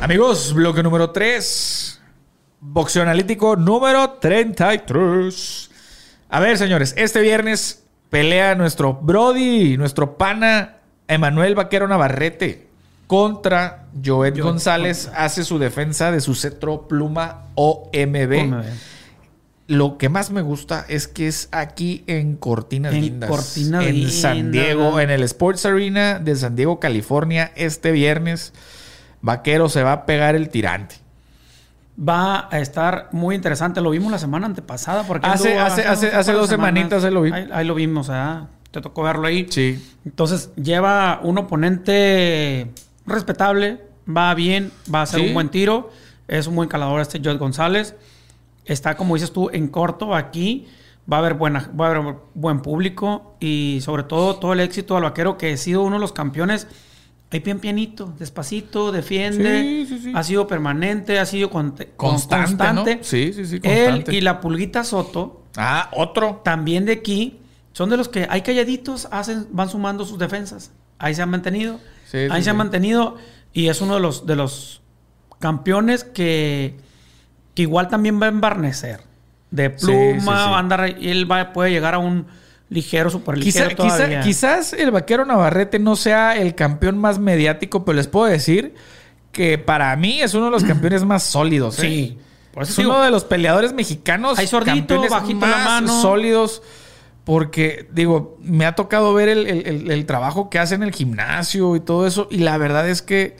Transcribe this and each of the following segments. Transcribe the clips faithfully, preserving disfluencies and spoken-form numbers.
Amigos, bloque número tres. Boxeo analítico número treinta y tres. A ver, señores, este viernes pelea nuestro Brody, nuestro pana Emanuel Vaquero Navarrete contra Joet González. Contra. Hace su defensa de su cetro pluma O M B. O M B. Lo que más me gusta es que es aquí en Cortinas en Lindas. Cortinas en Lindas. San Diego, en el Sports Arena de San Diego, California. Este viernes, Vaquero se va a pegar el tirante. Va a estar muy interesante. Lo vimos la semana antepasada. Porque hace, hace, hace, hace, hace dos semanitas ahí lo vi. Ahí, ahí lo vimos, ¿eh? Te tocó verlo ahí. Sí. Entonces, lleva un oponente respetable. Va bien. Va a hacer sí. un buen tiro. Es un buen calador este Joet González. Está, como dices tú, en corto aquí. Va a haber buena, va a haber buen público. Y sobre todo, todo el éxito al Vaquero, que ha sido uno de los campeones. Ahí pian pianito, despacito, defiende. Sí, sí, sí. Ha sido permanente, ha sido con, constante. constante. ¿No? Sí, sí, sí, constante. Él y la Pulguita Soto. Ah, otro. También de aquí. Son de los que hay calladitos, hacen, van sumando sus defensas. Ahí se han mantenido. Sí, ahí sí, se sí. han mantenido. Y es uno de los, de los campeones que... que igual también va a embarnecer. De pluma, sí, sí, sí. va a andar, él va, puede llegar a un ligero, super ligero quizá, todavía. Quizá, quizás el Vaquero Navarrete no sea el campeón más mediático, pero les puedo decir que para mí es uno de los campeones más sólidos. ¿eh? Sí. Por eso es digo, uno de los peleadores mexicanos hay sordito, bajito más la mano. sólidos. Porque, digo, me ha tocado ver el, el, el, el trabajo que hace en el gimnasio y todo eso. Y la verdad es que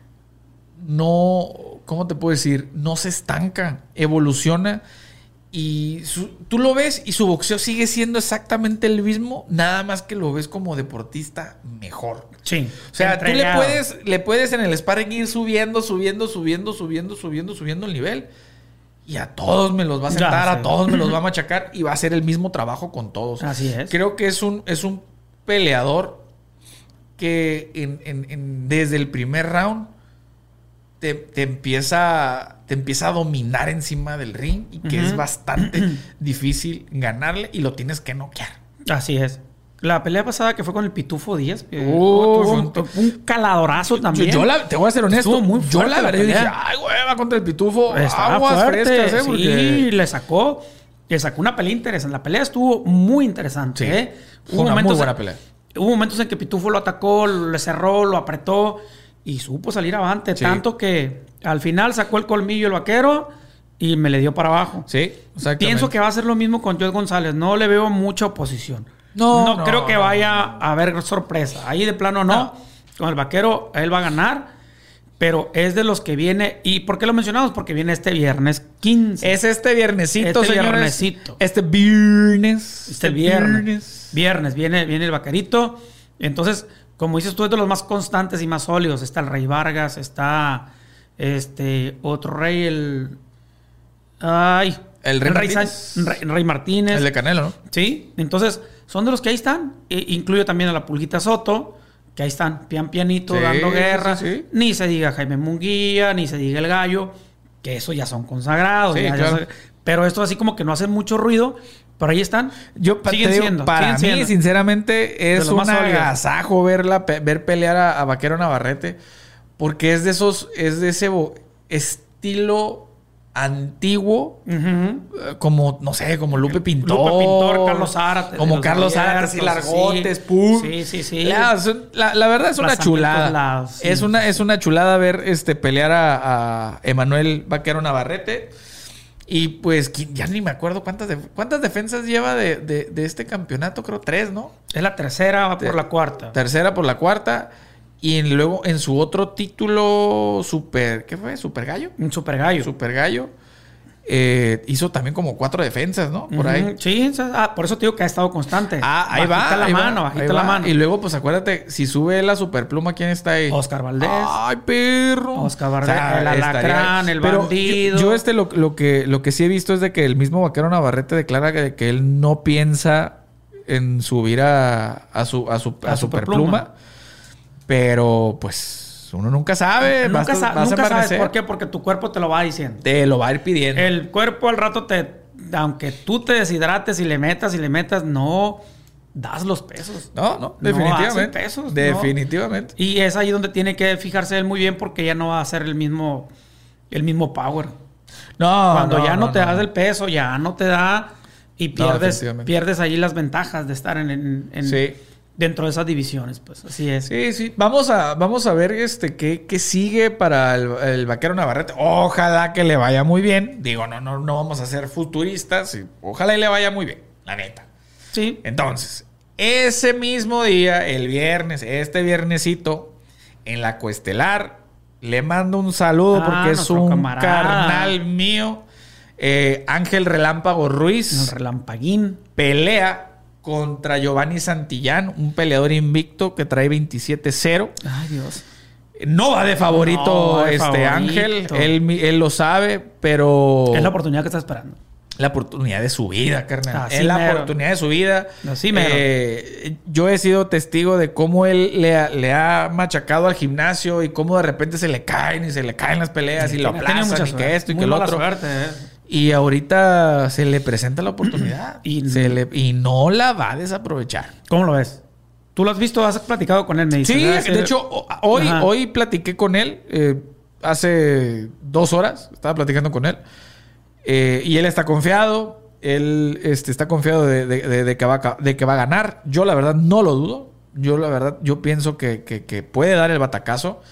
no... ¿Cómo te puedo decir? No se estanca, evoluciona y su, tú lo ves y su boxeo sigue siendo exactamente el mismo, nada más que lo ves como deportista mejor. Sí. O sea, entregado. tú le puedes, le puedes en el sparring ir subiendo, subiendo, subiendo, subiendo, subiendo, subiendo el nivel y a todos me los va a sentar, a todos me los va a machacar y va a hacer el mismo trabajo con todos. Así es. Creo que es un, es un peleador que en, en, en, desde el primer round Te, te, empieza, te empieza a dominar encima del ring y que uh-huh. es bastante difícil ganarle y lo tienes que noquear. Así es. La pelea pasada que fue con el Pitufo Díaz, uh, un, un, un caladorazo también. Yo, yo la, te voy a ser honesto. Estuvo muy yo la verdad yo dije, ay, güey, va contra el Pitufo. Estaba aguas fuerte, frescas, ¿eh? Sí, Porque... le sacó, le sacó una pelea interesante. La pelea estuvo muy interesante, sí. ¿eh? Hubo una muy buena pelea. Hubo momentos en que Pitufo lo atacó, le cerró, lo apretó. Y supo salir avante, sí. tanto que al final sacó el colmillo el Vaquero y me le dio para abajo. Sí, exactamente. Pienso que va a ser lo mismo con Joet González. No le veo mucha oposición. No, no, no creo que no, vaya no. a haber sorpresa. Ahí de plano no. no. Con el Vaquero él va a ganar. Pero es de los que viene... ¿Y por qué lo mencionamos? Porque viene este viernes quince. Es este viernesito, este señores. Viernesito. Este viernes. Este, este viernes. Viernes. Viernes viene, viene el Vaquerito. Entonces... Como dices tú, es de los más constantes y más sólidos. Está el Rey Vargas, está este otro rey, el... Ay, el Rey, el rey, Martínez. San, rey, rey Martínez. El de Canelo, ¿no? Sí, entonces son de los que ahí están. E incluyo también a la Pulguita Soto, que ahí están, pian pianito, sí, dando guerra. Sí, sí. Ni se diga Jaime Munguía, ni se diga el Gallo, que eso ya son consagrados. Sí, ya, claro. ya, pero esto así como que no hacen mucho ruido. Pero ahí están. Yo siguen te digo, siendo, para siguen mí, siendo. sinceramente, es un agasajo verla, ver pelear a, a Vaquero Navarrete. Porque es de esos, es de ese estilo antiguo, uh-huh. como, no sé, como Lupe Pintor. Lupe Pintor, Carlos Zárate. Como Carlos Zárate, así largotes, sí, pum. Sí, sí, sí. La, la, la verdad es una chulada. Lados, sí, es, una, sí. es una chulada ver este, pelear a, a Emanuel Vaquero Navarrete. Y pues ya ni me acuerdo cuántas, de, cuántas defensas lleva de, de, de este campeonato. Creo tres, ¿no? Es la tercera, va por la cuarta. Tercera por la cuarta. Y en, luego en su otro título, super... ¿Qué fue? ¿Super Gallo? Un Super Gallo. Super Gallo. Eh, hizo también como cuatro defensas, ¿no? Por uh-huh. ahí. Sí, ah, por eso te digo que ha estado constante. Ah, ahí bajita va. la ahí mano, va, bajita ahí la va. mano. Y luego, pues acuérdate, si sube la superpluma, ¿quién está ahí? Oscar Valdés. Ay, perro. Oscar Valdés. O sea, el alacrán, el Pero bandido. Yo, yo este lo, lo, que, lo que sí he visto es de que el mismo Vaquero Navarrete declara que, que él no piensa en subir a, a su, a su a, a superpluma. Super pero, pues... Uno nunca sabe. Nunca, vas, sa- vas nunca a sabes por qué. Porque tu cuerpo te lo va diciendo. Te lo va a ir pidiendo. El cuerpo al rato te... Aunque tú te deshidrates y le metas y le metas, no... das los pesos. No, no, definitivamente. No pesos, definitivamente. No. Y es ahí donde tiene que fijarse él muy bien porque ya no va a ser el mismo, el mismo power. No, Cuando no, ya no, no te no. das el peso, ya no te da y pierdes, no, pierdes ahí las ventajas de estar en, en, en sí. dentro de esas divisiones, pues así es. Sí, sí. Vamos a, vamos a ver este qué, qué sigue para el, el Vaquero Navarrete. Ojalá que le vaya muy bien. Digo, no, no, no vamos a ser futuristas. Ojalá y le vaya muy bien, la neta. Sí. Entonces, ese mismo día, el viernes, este viernesito, en la Coestelar, le mando un saludo ah, porque es un camarada. carnal mío. Eh, Ángel Relámpago Ruiz. El relampaguín. Pelea contra Giovanni Santillán, un peleador invicto que trae veintisiete cero. Ay, Dios. No va de favorito No, de este favorito. Ángel. Él, él lo sabe, pero... Es la oportunidad que está esperando. La oportunidad de su vida, carnal. Así es la mero. oportunidad de su vida. Así mero. Eh, yo he sido testigo de cómo él le ha, le ha machacado al gimnasio y cómo de repente se le caen y se le caen las peleas Sí, y lo tiene mucha aplazan y suerte. que esto y Muy que lo mala otro. suerte, eh. Y ahorita se le presenta la oportunidad Y- se le, y no la va a desaprovechar. ¿Cómo lo ves? ¿Tú lo has visto? ¿Has platicado con él? Me dice, Sí, ¿verdad? de hecho, o- hoy, Ajá. hoy platiqué con él. eh, hace dos horas estaba platicando con él. Eh, y él está confiado. Él este, está confiado de, de- de- de que va a, ca- de que va a ganar. Yo, la verdad, no lo dudo. Yo, la verdad, yo pienso que, que- que puede dar el batacazo.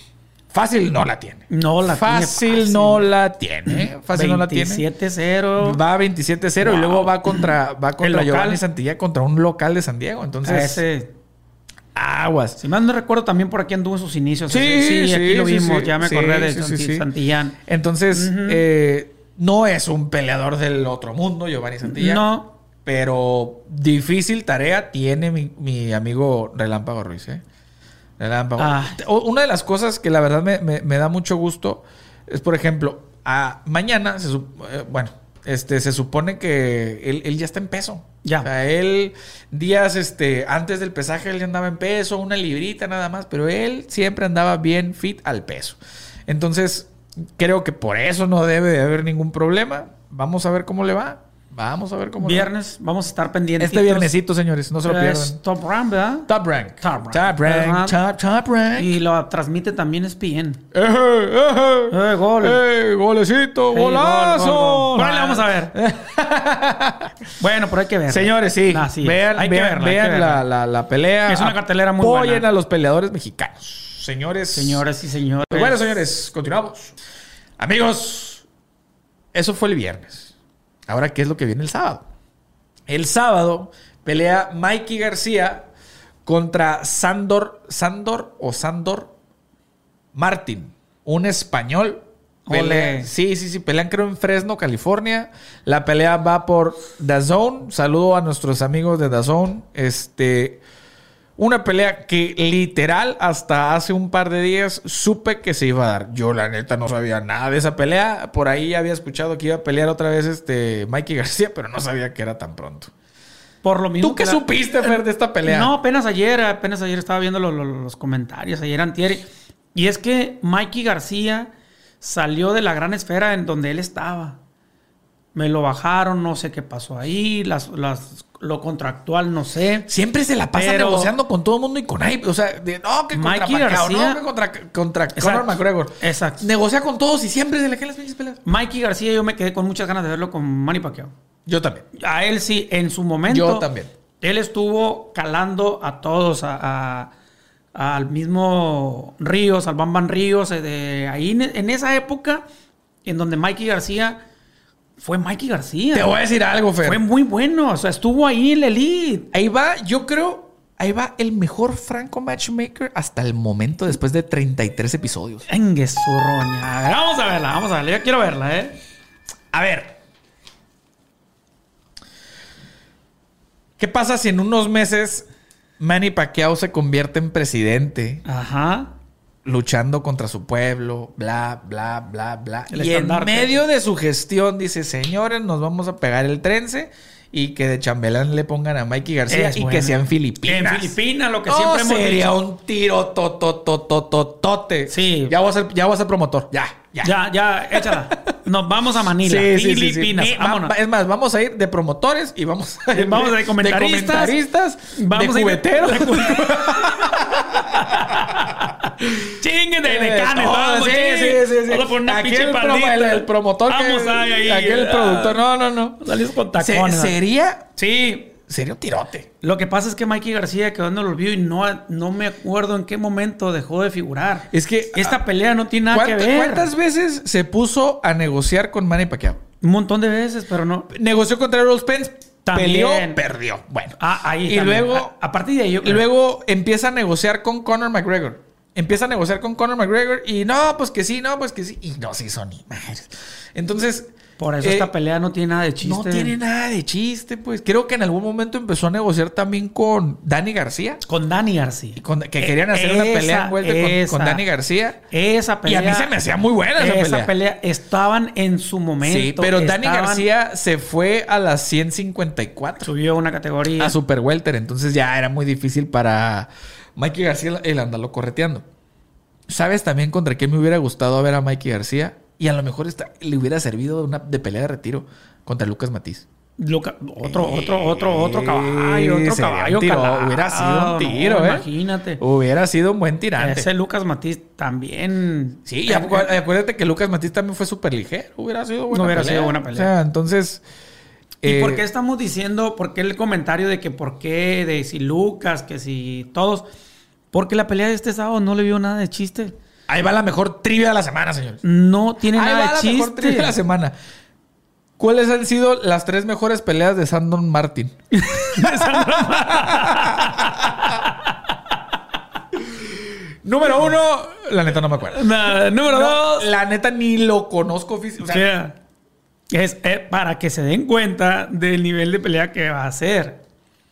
Fácil no la tiene. No la tiene fácil. fácil. no la tiene. Fácil no la tiene. veintisiete cero. Va veintisiete cero y Wow. luego va contra, va contra local. Giovanni Santillán, contra un local de San Diego. Entonces, Ese, aguas. si mal no recuerdo, también por aquí anduvo en sus inicios. Sí, Ese- sí, aquí lo sí, vimos. sí. Ya me Sí, acordé de sí, sí, Santi- sí. Santillán. Entonces, Ujú. eh, no es un peleador del otro mundo, Giovanni Santillán. No. Pero difícil tarea tiene mi, mi amigo Relámpago Ruiz, ¿eh? Relámpago. Ah. O- Una de las cosas que la verdad me, me- me da mucho gusto es, por ejemplo, a, mañana, se, sup- eh, bueno, este, se supone que él, él ya está en peso. Ya. O sea, él, días este, antes del pesaje, él ya andaba en peso, una librita nada más, pero él siempre andaba bien fit al peso. Entonces, creo que por eso no debe de haber ningún problema. Vamos a ver cómo le va. Vamos a ver cómo Viernes, vamos a estar le va. pendientes. Este viernesito, señores, no se lo Es pierdan. Top Rank, ¿verdad? Top Rank. Top Rank. Top Rank. Ajá. Top, top Rank. Y lo transmite también E S P N. ¡Eh, eh! Eh, gol. ¡Eh, golecito! Sí, ¡Golazo! gol, gol, gol. Por ahí le vamos a ver. Bueno, pero hay que ver. Señores, sí. Ah, sí. Vean, Hay que vean, verla, hay vean que la, verla. la, la pelea. Es una cartelera muy Apoyen buena. a los peleadores mexicanos. Señores. Señores y señores. Pues bueno, señores, continuamos. Amigos, eso fue el viernes. Ahora, ¿qué es lo que viene el sábado? El sábado pelea Mikey García contra Sandor, Sandor o Sandor Martin, un español. Pelea, Ole. sí, sí, sí, pelean creo en Fresno, California. La pelea va por DAZN. Saludo a nuestros amigos de DAZN. Este, una pelea que literal hasta hace un par de días supe que se iba a dar. Yo la neta no sabía nada de esa pelea. Por ahí había escuchado que iba a pelear otra vez este Mikey García, pero no sabía que era tan pronto. Por lo mismo. ¿Tú qué que la- supiste, Fer, de esta pelea? No, apenas ayer, apenas ayer estaba viendo lo- lo- los comentarios, ayer antier. Y es que Mikey García salió de la gran esfera en donde él estaba. Me lo bajaron, no sé qué pasó ahí, las, las, lo contractual, no sé. Siempre se la pasa Pero- negociando con todo el mundo y con Ape. O sea, de, no, que contra Mikey Pacquiao, García- no, que contra, contra Exacto. Conor McGregor. Exacto. Negocia con todos y siempre se le caen las pinches peleas. Mikey García, yo me quedé con muchas ganas de verlo con Manny Pacquiao. Yo también. A él sí, en su momento. Yo también. Él estuvo calando a todos, a, a- al mismo Ríos, al Bam Bam Ríos, eh, de ahí en, en esa época en donde Mikey García fue Mikey García. Te voy a decir algo, Fer. Fue muy bueno, o sea, estuvo ahí en la elite. Ahí va, yo creo, ahí va el mejor Franco Matchmaker hasta el momento después de treinta y tres episodios. Engue su roña. A ver, vamos a verla, vamos a verla. Yo quiero verla, ¿eh? A ver. ¿Qué pasa si en unos meses Manny Pacquiao se convierte en presidente? Ajá. Luchando contra su pueblo, bla, bla, bla, bla. El y en estandarte. medio de su gestión dice, señores, nos vamos a pegar el trence y que de chambelán le pongan a Mikey García Es y bueno. que sean Filipinas. En Filipinas, lo que No, siempre hemos sería dicho. un tiro tototototote. Sí. Ya voy a ser, ya voy a ser promotor. Ya, ya. Ya, ya, échala. Nos vamos a Manila. Sí, sí, Filipinas. Sí, sí. Vámonos. Es más, vamos a ir de promotores y vamos a ir vamos de, de comentaristas. De comentaristas vamos de cubeteros. Chinguen de, de canes. Oh, vamos, sí, sí, sí, sí. Vamos a poner una aquí pinche el, promo, paldita. el, el promotor. Vamos que, ahí, ahí. Aquí el ah, productor. No, no, no. Salimos con tacones. Se, sería... Sí. Sería un tirote. Lo que pasa es que Mikey García quedó en el olvido y no, no me acuerdo en qué momento dejó de figurar. Es que... Esta ah, pelea no tiene nada que ver. ¿Cuántas veces se puso a negociar con Manny Pacquiao? Un montón de veces, pero no. Negoció contra Errol Spence. También. Peleó, perdió. Bueno. Ah, ahí Y también. luego... A, a partir de ahí yo creo. Y luego empieza a negociar con Conor McGregor. Empieza a negociar con Conor McGregor y no, pues que sí, no, pues que sí. Y no se hizo ni madres. Entonces... Por eso eh, esta pelea no tiene nada de chiste. No tiene nada de chiste, pues. Creo que en algún momento empezó a negociar también con Dani García. Con Dani García. Y con, que querían hacer esa, una pelea en vuelta con, con Dani García. Esa pelea. Y a mí se me hacía muy buena esa, esa pelea. Esa pelea estaban en su momento. Sí, pero estaban, Dani García se fue a las ciento cincuenta y cuatro. Subió una categoría. A Super Welter. Entonces ya era muy difícil para Mikey García el andarlo correteando. ¿Sabes también contra quién me hubiera gustado ver a Mikey García? Y a lo mejor esta, le hubiera servido una de pelea de retiro contra Lucas Matiz. Luca, otro, eh, otro, otro, otro caballo, otro caballo. Tiro, calado, hubiera sido un tiro, no, ¿eh? Imagínate. Hubiera sido un buen tirante. Ese Lucas Matiz también. Sí, y acuérdate que Lucas Matiz también fue súper ligero. Hubiera sido buena no hubiera pelea. sido buena pelea. O sea, entonces... ¿Y eh, por qué estamos diciendo, por qué el comentario de que por qué, de si Lucas, que si todos? Porque la pelea de este sábado no le vio nada de chiste. Ahí va la mejor trivia de la semana, señores. No tiene Ahí nada va de la chiste. mejor trivia de la semana. ¿Cuáles han sido las tres mejores peleas de Sandon Martin? Número uno, la neta no me acuerdo. Nah, número no, dos. La neta ni lo conozco físicamente. O sea, yeah. Es eh, para que se den cuenta del nivel de pelea que va a hacer.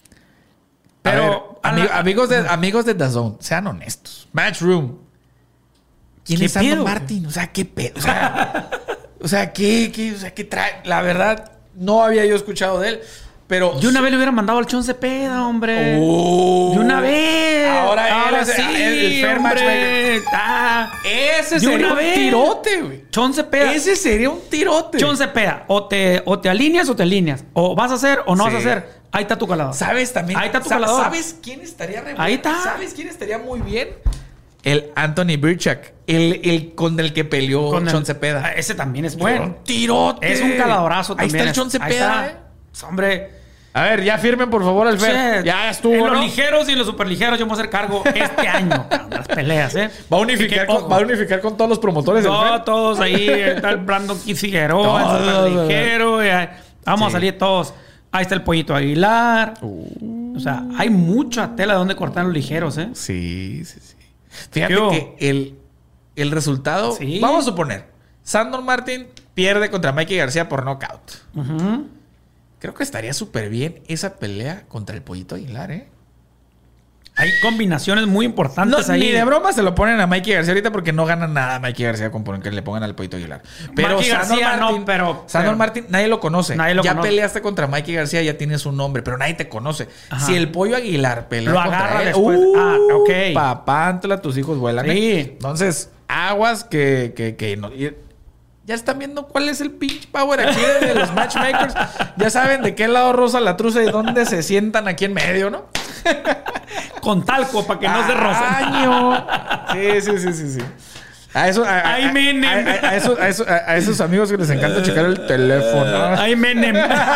Pero a ver, ami- la... amigos de amigos de D A Z N, sean honestos. Matchroom. ¿Quién es Sandon Martin? O sea, qué pedo. O sea, o sea, ¿qué, qué, o sea, ¿qué trae? La verdad, no había yo escuchado de él. Pero... Yo una vez le hubiera mandado al Chon Cepeda, hombre. Oh, de una vez. Ahora, ahora él es sí, el, el fair matchmaker. Ah, ese de sería una un vez. tirote, güey. Chon Cepeda. Ese sería un tirote. Chon Cepeda. O te, o te alineas o te alineas. O vas a hacer o no sí. vas a hacer. Ahí está tu calador. ¿Sabes también? Ahí está tu calador. ¿Sabes quién estaría re Ahí está. ¿Sabes quién estaría muy bien? El Anthony Birchak. El, el con el que peleó con Chon el, Cepeda. Ese también es bueno. Un tirote. Es un caladorazo Ahí también. está el Chon Cepeda, eh. Hombre. A ver, ya firmen por favor el Fer. Ya estuvo, en ¿no? los ligeros y en los superligeros yo me voy a hacer cargo este año de las peleas, ¿eh? Va a unificar, que, con, va a unificar con todos los promotores no, del Fer. Todos ahí. Está el Brandon Keith Figueroa, el superligero. Y vamos sí. a salir todos. Ahí está el Pollito Aguilar. Uh. O sea, hay mucha tela de donde cortar los ligeros, ¿eh? Sí, sí, sí. Fíjate que el, el resultado... Sí. Vamos a suponer. Sandon Martin pierde contra Mikey García por knockout. Uh-huh. Creo que estaría súper bien esa pelea contra el Pollito Aguilar, ¿eh? Hay combinaciones muy importantes no, ahí. Ni de broma se lo ponen a Mikey García ahorita porque no gana nada Mikey García con que le pongan al Pollito Aguilar. Pero Mikey Sandon García Martin, no, pero... Sandon pero, Martin, nadie lo conoce. Nadie lo ya conoce. peleaste contra Mikey García, ya tienes un nombre, pero nadie te conoce. Ajá. Si el Pollo Aguilar pelea lo contra agarra él, después. Uh, ah, ok. Papántela, tus hijos vuelan. Sí. ¿eh? Entonces, aguas que... que, que no, y, ya están viendo cuál es el pinch power aquí de los matchmakers. Ya saben de qué lado rosa la truza y dónde se sientan aquí en medio, ¿no? Con talco para que no se rocen. Sí, sí, sí, sí, sí. A, eso, a, a, Ay, Menem. A, a, a, esos, a, esos, a esos amigos que les encanta checar el teléfono. Ay, Menem.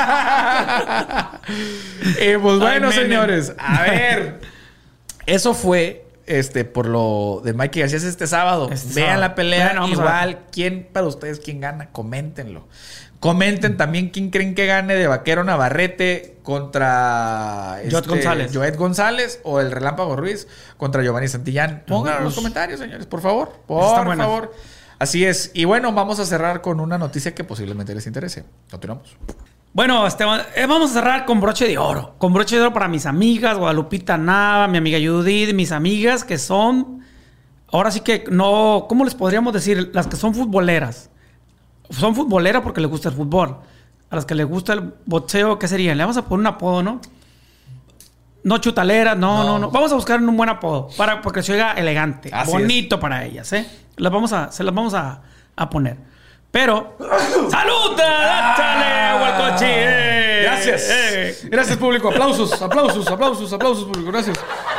eh, pues bueno, Ay, señores. A ver. Eso fue... Este, por lo de Mikey García este sábado. Este Vean sábado. la pelea. Bueno, igual, ¿quién para ustedes quién gana? Coméntenlo. Comenten también quién creen que gane de Vaquero Navarrete contra Joet este, González. Joet González o el Relámpago Ruiz contra Giovanni Santillán. Pónganlo en los comentarios, señores, por favor. Por favor. Así es. Y bueno, vamos a cerrar con una noticia que posiblemente les interese. Continuamos. Bueno, Esteban, eh, vamos a cerrar con broche de oro. Con broche de oro para mis amigas, Guadalupita Nava, mi amiga Judith, mis amigas que son, ahora sí que no, ¿cómo les podríamos decir? Las que son futboleras. Son futboleras porque les gusta el fútbol. A las que les gusta el boxeo, ¿qué serían? Le vamos a poner un apodo, ¿no? No chutalera, no, no, no, no. Vamos a buscar un buen apodo para, porque se oiga elegante, así bonito es. Para ellas, ¿eh? Las vamos a, se las vamos a, a poner. Pero, ¡salud! ¡Dátale, Hualcochi! Eh, Gracias. eh. Gracias, público. Aplausos, aplausos, aplausos, aplausos, público. Gracias.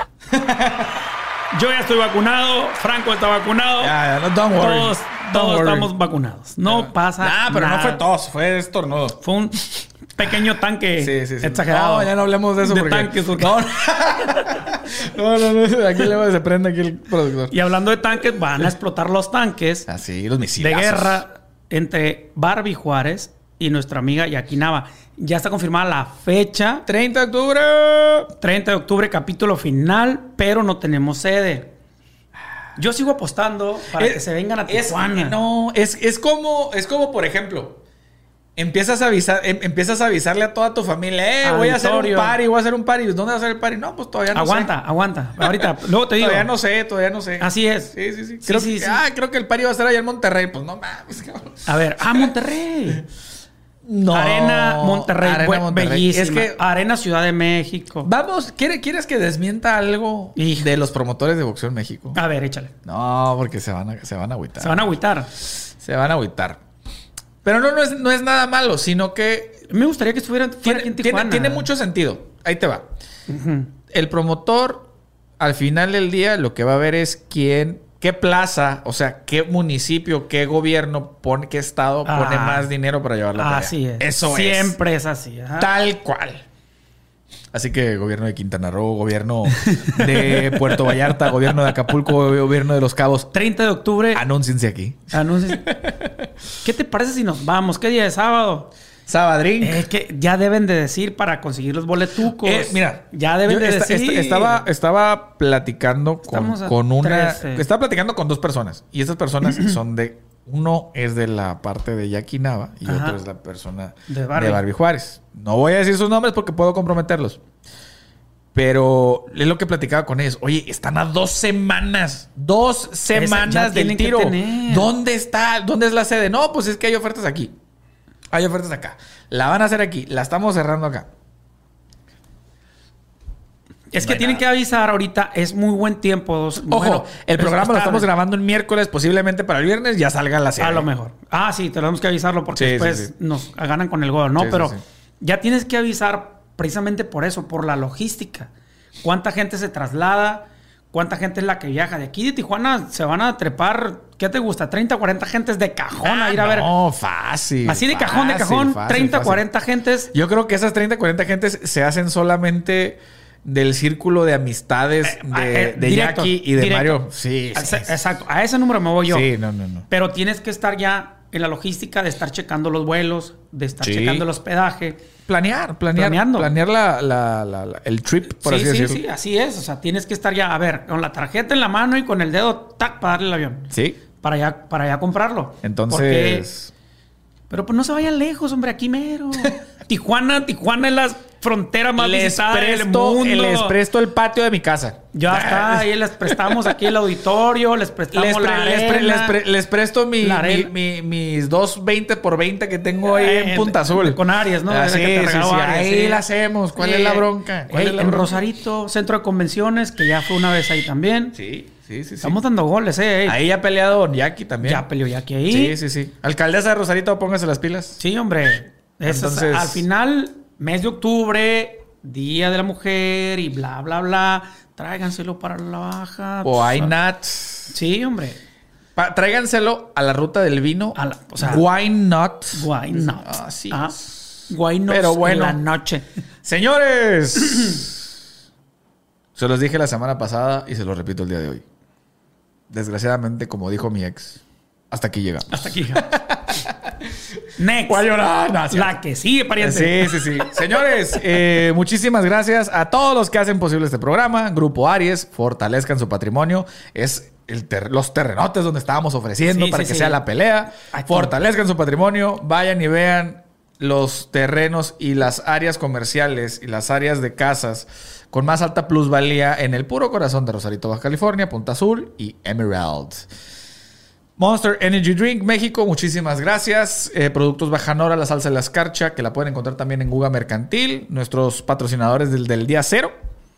Yo ya estoy vacunado. Franco está vacunado. Ya, ya, no, don't worry. Todos, Don't todos worry. estamos vacunados. No Ya. pasa Nah, pero nada. no fue tos, fue estornudo. Fue un pequeño tanque Sí, sí, sí. exagerado. No, ya no hablemos de eso De porque... tanques. Porque... No, no, no, no. Aquí le se prende aquí el productor. Y hablando de tanques, van a explotar los tanques Así, los de misiles. guerra entre Barbie Juárez y nuestra amiga Jackie Nava. Ya está confirmada la fecha. treinta de octubre. treinta de octubre, capítulo final, pero no tenemos sede. Yo sigo apostando para Es- que se vengan a es- Tijuana. No, es, es como, es como, por ejemplo, empiezas a avisar, em- empiezas a avisarle a toda tu familia, eh, voy a hacer un Auditorio. party, voy a hacer un party. ¿Dónde vas a hacer el party? No, pues todavía no aguanta, sé. aguanta. Ahorita, luego te digo. Todavía no sé, todavía no sé. Así es. Sí, sí, sí. Sí, Creo, sí, que, sí. Ah, creo que el party va a estar allá en Monterrey. Pues no mames, cabrón. A ver, ah, Monterrey. No. Arena Monterrey, Arena bue- Monterrey. bellísima. Es que Arena Ciudad de México. vamos, ¿quiere- ¿quieres que desmienta algo Hijo. de los promotores de boxeo en México? A ver, échale. No, porque se van a, se van a agüitar. Se van a agüitar. Se van a agüitar. Pero no, no es, no es nada malo, sino que Me gustaría que estuvieran fuera tiene, aquí en tiene- Tijuana. tiene mucho sentido. Ahí te va. Ujú. El promotor, al final del día, lo que va a ver es quién, qué plaza, o sea, qué municipio, qué gobierno, pone, qué estado pone Ah. más dinero para llevar la pelea. Así es. Eso Siempre es así. ajá. es. Tal cual. Así que gobierno de Quintana Roo, gobierno de Puerto Vallarta, gobierno de Acapulco, gobierno de Los Cabos, treinta de octubre. anúnciense aquí. Anuncios. ¿Qué te parece si nos vamos? ¿Qué día de sábado? Sabadrín. Es que ya deben de decir para conseguir los boletucos. Eh, mira, ya deben yo de esta- decir. esta- estaba, estaba platicando con, Estamos a con una. trece. Estaba platicando con dos personas. Y estas personas son de. Uno es de la parte de Jackie Nava y Ajá. otro es la persona De de Barbie. Barbie. Juárez. No voy a decir sus nombres porque puedo comprometerlos. Pero es lo que platicaba con ellos. Oye, están a dos semanas. Dos ya semanas del tienen que tiro. tener. ¿Dónde está? ¿Dónde es la sede? No, pues es que hay ofertas aquí. Hay ofertas acá. La van a hacer aquí. La estamos cerrando acá. Es No que hay tienen nada. que avisar ahorita. Es muy buen tiempo. Dos- Ojo, bueno, el es programa lo tarde. estamos grabando en miércoles, posiblemente para el viernes ya salga la serie. A lo mejor. Ah, sí, tenemos que avisarlo porque Sí, después sí, sí. nos ganan con el gol, ¿no? Sí, sí, Pero sí. ya tienes que avisar precisamente por eso, por la logística. ¿Cuánta gente se traslada? ¿Cuánta gente es la que viaja? De aquí de Tijuana se van a trepar, ¿qué te gusta? treinta, cuarenta gentes de cajón a ir a ver. No, fácil. Así de cajón, de fácil, cajón, fácil, treinta, fácil. cuarenta gentes. Yo creo que esas treinta, cuarenta gentes se hacen solamente del círculo de amistades Ah, de, eh, de directo, Jackie y de directo. Mario. Sí, sí, Exa- sí. Exacto, a ese número me voy yo. Sí, no, no, no. Pero tienes que estar ya en la logística de estar checando los vuelos, de estar Sí. checando el hospedaje. Planear, planear. Planeando. Planear la, la- la- la- el trip, por sí, así sí, decirlo. sí, así es. O sea, tienes que estar ya, a ver, con la tarjeta en la mano y con el dedo, tac, para darle el avión. Sí. Para ya, para ya comprarlo. Entonces. Porque- pero pues no se vayan lejos, hombre, aquí mero. Tijuana, Tijuana es la frontera más Les visitada del presto, mundo. les presto el patio de mi casa. Ya está, ahí les prestamos aquí el auditorio, les prestamos Les, pre- la les, pre- arena. les pre- les presto mi, La mi- arena. mi- mis dos veinte por veinte que tengo ahí Eh, en Punta Azul. con Aries, ¿no? Ah, Ese sí, que te sí, regaló sí. Aries, Ahí sí. la hacemos. ¿Cuál es Eh, la bronca? ¿Cuál ey, es la en bronca? Rosarito, centro de convenciones, que ya fue una vez ahí también. Sí, sí, sí. sí. Estamos dando goles, eh. ey. Ahí ya ha peleado Jackie también. Ya peleó Jackie ahí. Sí, sí, sí. Alcaldesa de Rosarito, póngase las pilas. Sí, hombre. Eso es- Entonces- al final, mes de octubre, Día de la Mujer y bla, bla, bla. Tráiganselo para la baja. O Pues, hay ah, nuts. Sí, hombre. Pa- tráiganselo a la ruta del vino. A la- o sea, Why not? Why not? Ah, sí. Ah, why not Pero bueno. en la noche. Señores, se los dije la semana pasada y se los repito el día de hoy. Desgraciadamente, como dijo mi ex, hasta aquí llegamos. Hasta aquí. Next. ¿Cuál llorar? No, sí. La que sigue, pariente. Sí, sí, sí. Señores, eh, muchísimas gracias a todos los que hacen posible este programa. Grupo Aries, fortalezcan su patrimonio. Es el ter- los terrenotes donde estábamos ofreciendo Sí, para sí, que sí. sea la pelea. Aquí. Fortalezcan su patrimonio. Vayan y vean los terrenos y las áreas comerciales y las áreas de casas con más alta plusvalía en el puro corazón de Rosarito, Baja California, Punta Azul y Emerald. Monster Energy Drink México, muchísimas gracias. Eh, productos Bajanora, la salsa de la escarcha, que la pueden encontrar también en Guga Mercantil. Nuestros patrocinadores del, del día cero.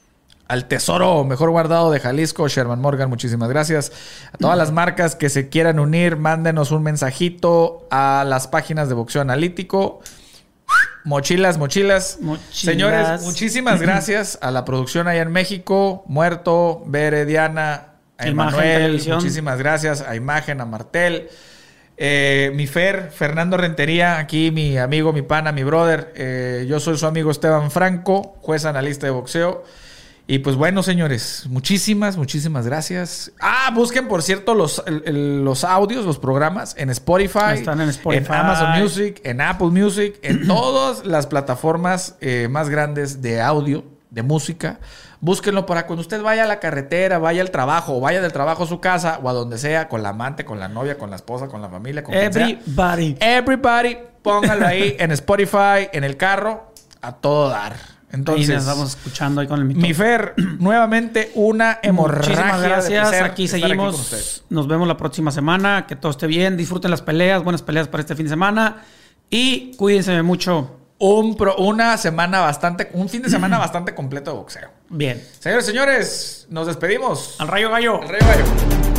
al tesoro mejor guardado de Jalisco, Sherman Morgan, muchísimas gracias. A todas las marcas que se quieran unir, mándenos un mensajito a las páginas de Boxeo Analítico. Mochilas, mochilas. Mochilas. Señores, muchísimas gracias a la producción allá en México. Muerto, Bere, Diana, a Emanuel. Muchísimas gracias. A Imagen, a Martel. Eh, mi Fer, Fernando Rentería, aquí mi amigo, mi pana, mi brother. Eh, yo soy su amigo Esteban Franco, juez analista de boxeo. Y pues bueno, señores, muchísimas, muchísimas gracias. Ah, busquen, por cierto, los, el, el, los audios, los programas en Spotify. Están en Spotify. En Amazon Music, en Apple Music, en todas las plataformas eh, más grandes de audio, de música. Búsquenlo para cuando usted vaya a la carretera, vaya al trabajo, o vaya del trabajo a su casa, o a donde sea, con la amante, con la novia, con la esposa, con la familia, con quien sea. Everybody. Everybody, póngalo ahí en Spotify, en el carro, a todo dar. Entonces, ahí nos estamos escuchando ahí con el micrófono. Mi Fer, nuevamente una hemorragia. Muchísimas gracias. De aquí seguimos. Aquí nos vemos la próxima semana. Que todo esté bien. Disfruten las peleas. Buenas peleas para este fin de semana. Y cuídense mucho. Un pro, una semana bastante, un fin de semana bastante completo de boxeo. Bien. Señores, señores, nos despedimos. Al Rayo Gallo. Al Rayo Gallo.